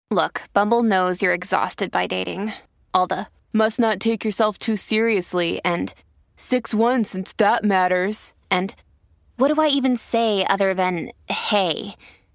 Look, Bumble knows you're exhausted by dating. All the, must not take yourself too seriously, and 6'1" since that matters. And what do I even say other than, hey?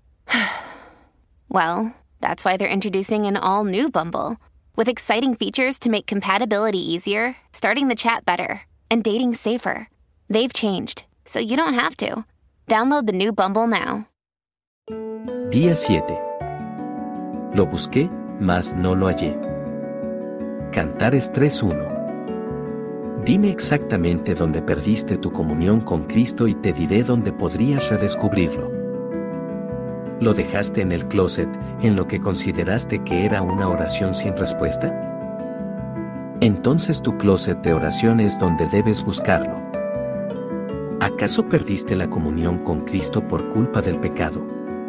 Well, that's why they're introducing an all-new Bumble, with exciting features to make compatibility easier, starting the chat better, and dating safer. They've changed, so you don't have to. Download the new Bumble now. Día 7. Lo busqué, mas no lo hallé. Cantares 3:1. Dime exactamente dónde perdiste tu comunión con Cristo y te diré dónde podrías redescubrirlo. ¿Lo dejaste en el closet, en lo que consideraste que era una oración sin respuesta? Entonces tu closet de oración es donde debes buscarlo. ¿Acaso perdiste la comunión con Cristo por culpa del pecado?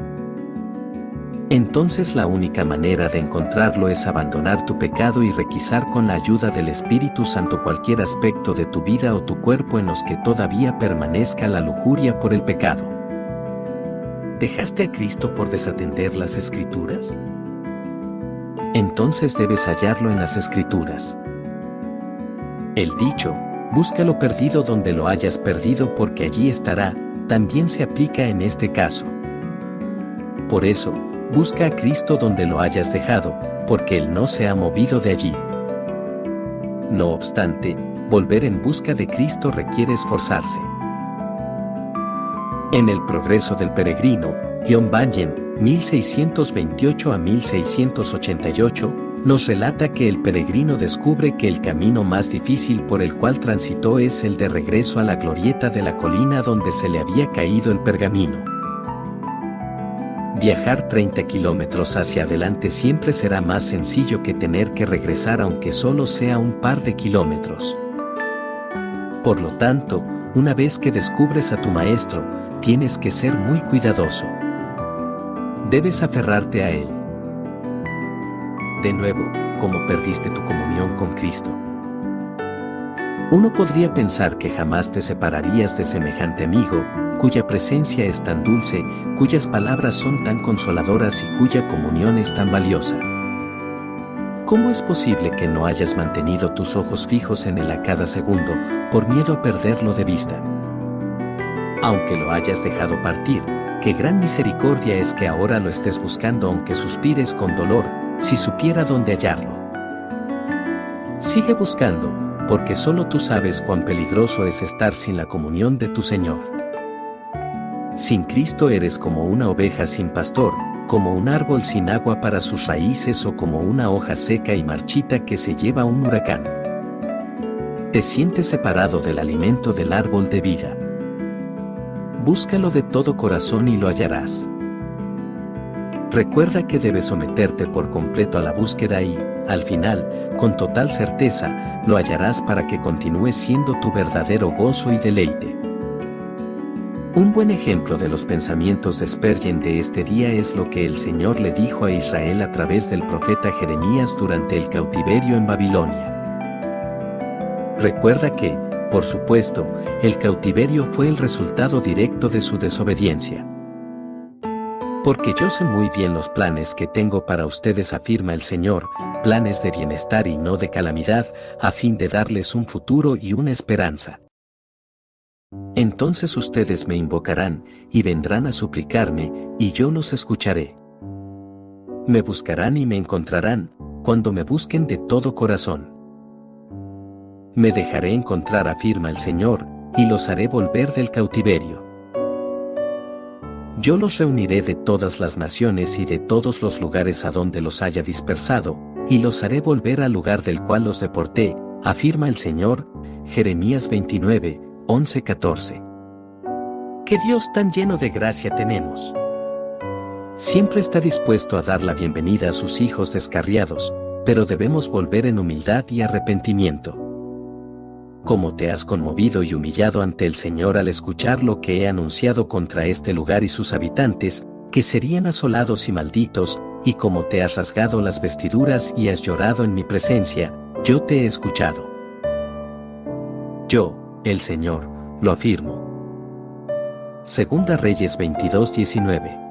Entonces la única manera de encontrarlo es abandonar tu pecado y requisar con la ayuda del Espíritu Santo cualquier aspecto de tu vida o tu cuerpo en los que todavía permanezca la lujuria por el pecado. ¿Dejaste a Cristo por desatender las Escrituras? Entonces debes hallarlo en las Escrituras. El dicho, busca lo perdido donde lo hayas perdido porque allí estará, también se aplica en este caso. Por eso, busca a Cristo donde lo hayas dejado, porque Él no se ha movido de allí. No obstante, volver en busca de Cristo requiere esforzarse. En El progreso del peregrino, John Bunyan, 1628 a 1688, nos relata que el peregrino descubre que el camino más difícil por el cual transitó es el de regreso a la glorieta de la colina donde se le había caído el pergamino. Viajar 30 kilómetros hacia adelante siempre será más sencillo que tener que regresar aunque solo sea un par de kilómetros. Por lo tanto, una vez que descubres a tu maestro, tienes que ser muy cuidadoso. Debes aferrarte a él. De nuevo, ¿cómo perdiste tu comunión con Cristo? Uno podría pensar que jamás te separarías de semejante amigo, cuya presencia es tan dulce, cuyas palabras son tan consoladoras y cuya comunión es tan valiosa. ¿Cómo es posible que no hayas mantenido tus ojos fijos en él a cada segundo, por miedo a perderlo de vista? Aunque lo hayas dejado partir, qué gran misericordia es que ahora lo estés buscando aunque suspires con dolor, si supiera dónde hallarlo. Sigue buscando, porque solo tú sabes cuán peligroso es estar sin la comunión de tu Señor. Sin Cristo eres como una oveja sin pastor, como un árbol sin agua para sus raíces o como una hoja seca y marchita que se lleva un huracán. Te sientes separado del alimento del árbol de vida. Búscalo de todo corazón y lo hallarás. Recuerda que debes someterte por completo a la búsqueda y, al final, con total certeza, lo hallarás para que continúe siendo tu verdadero gozo y deleite. Un buen ejemplo de los pensamientos de Spurgeon de este día es lo que el Señor le dijo a Israel a través del profeta Jeremías durante el cautiverio en Babilonia. Recuerda que, por supuesto, el cautiverio fue el resultado directo de su desobediencia. Porque yo sé muy bien los planes que tengo para ustedes, afirma el Señor, planes de bienestar y no de calamidad, a fin de darles un futuro y una esperanza. Entonces ustedes me invocarán, y vendrán a suplicarme, y yo los escucharé. Me buscarán y me encontrarán, cuando me busquen de todo corazón. Me dejaré encontrar, afirma el Señor, y los haré volver del cautiverio. Yo los reuniré de todas las naciones y de todos los lugares a donde los haya dispersado, y los haré volver al lugar del cual los deporté, afirma el Señor. Jeremías 29, 11-14. ¡Qué Dios tan lleno de gracia tenemos! Siempre está dispuesto a dar la bienvenida a sus hijos descarriados, pero debemos volver en humildad y arrepentimiento. ¿Cómo te has conmovido y humillado ante el Señor al escuchar lo que he anunciado contra este lugar y sus habitantes, que serían asolados y malditos, y cómo te has rasgado las vestiduras y has llorado en mi presencia? Yo te he escuchado. Yo, el Señor, lo afirmo. Segunda Reyes 22:19.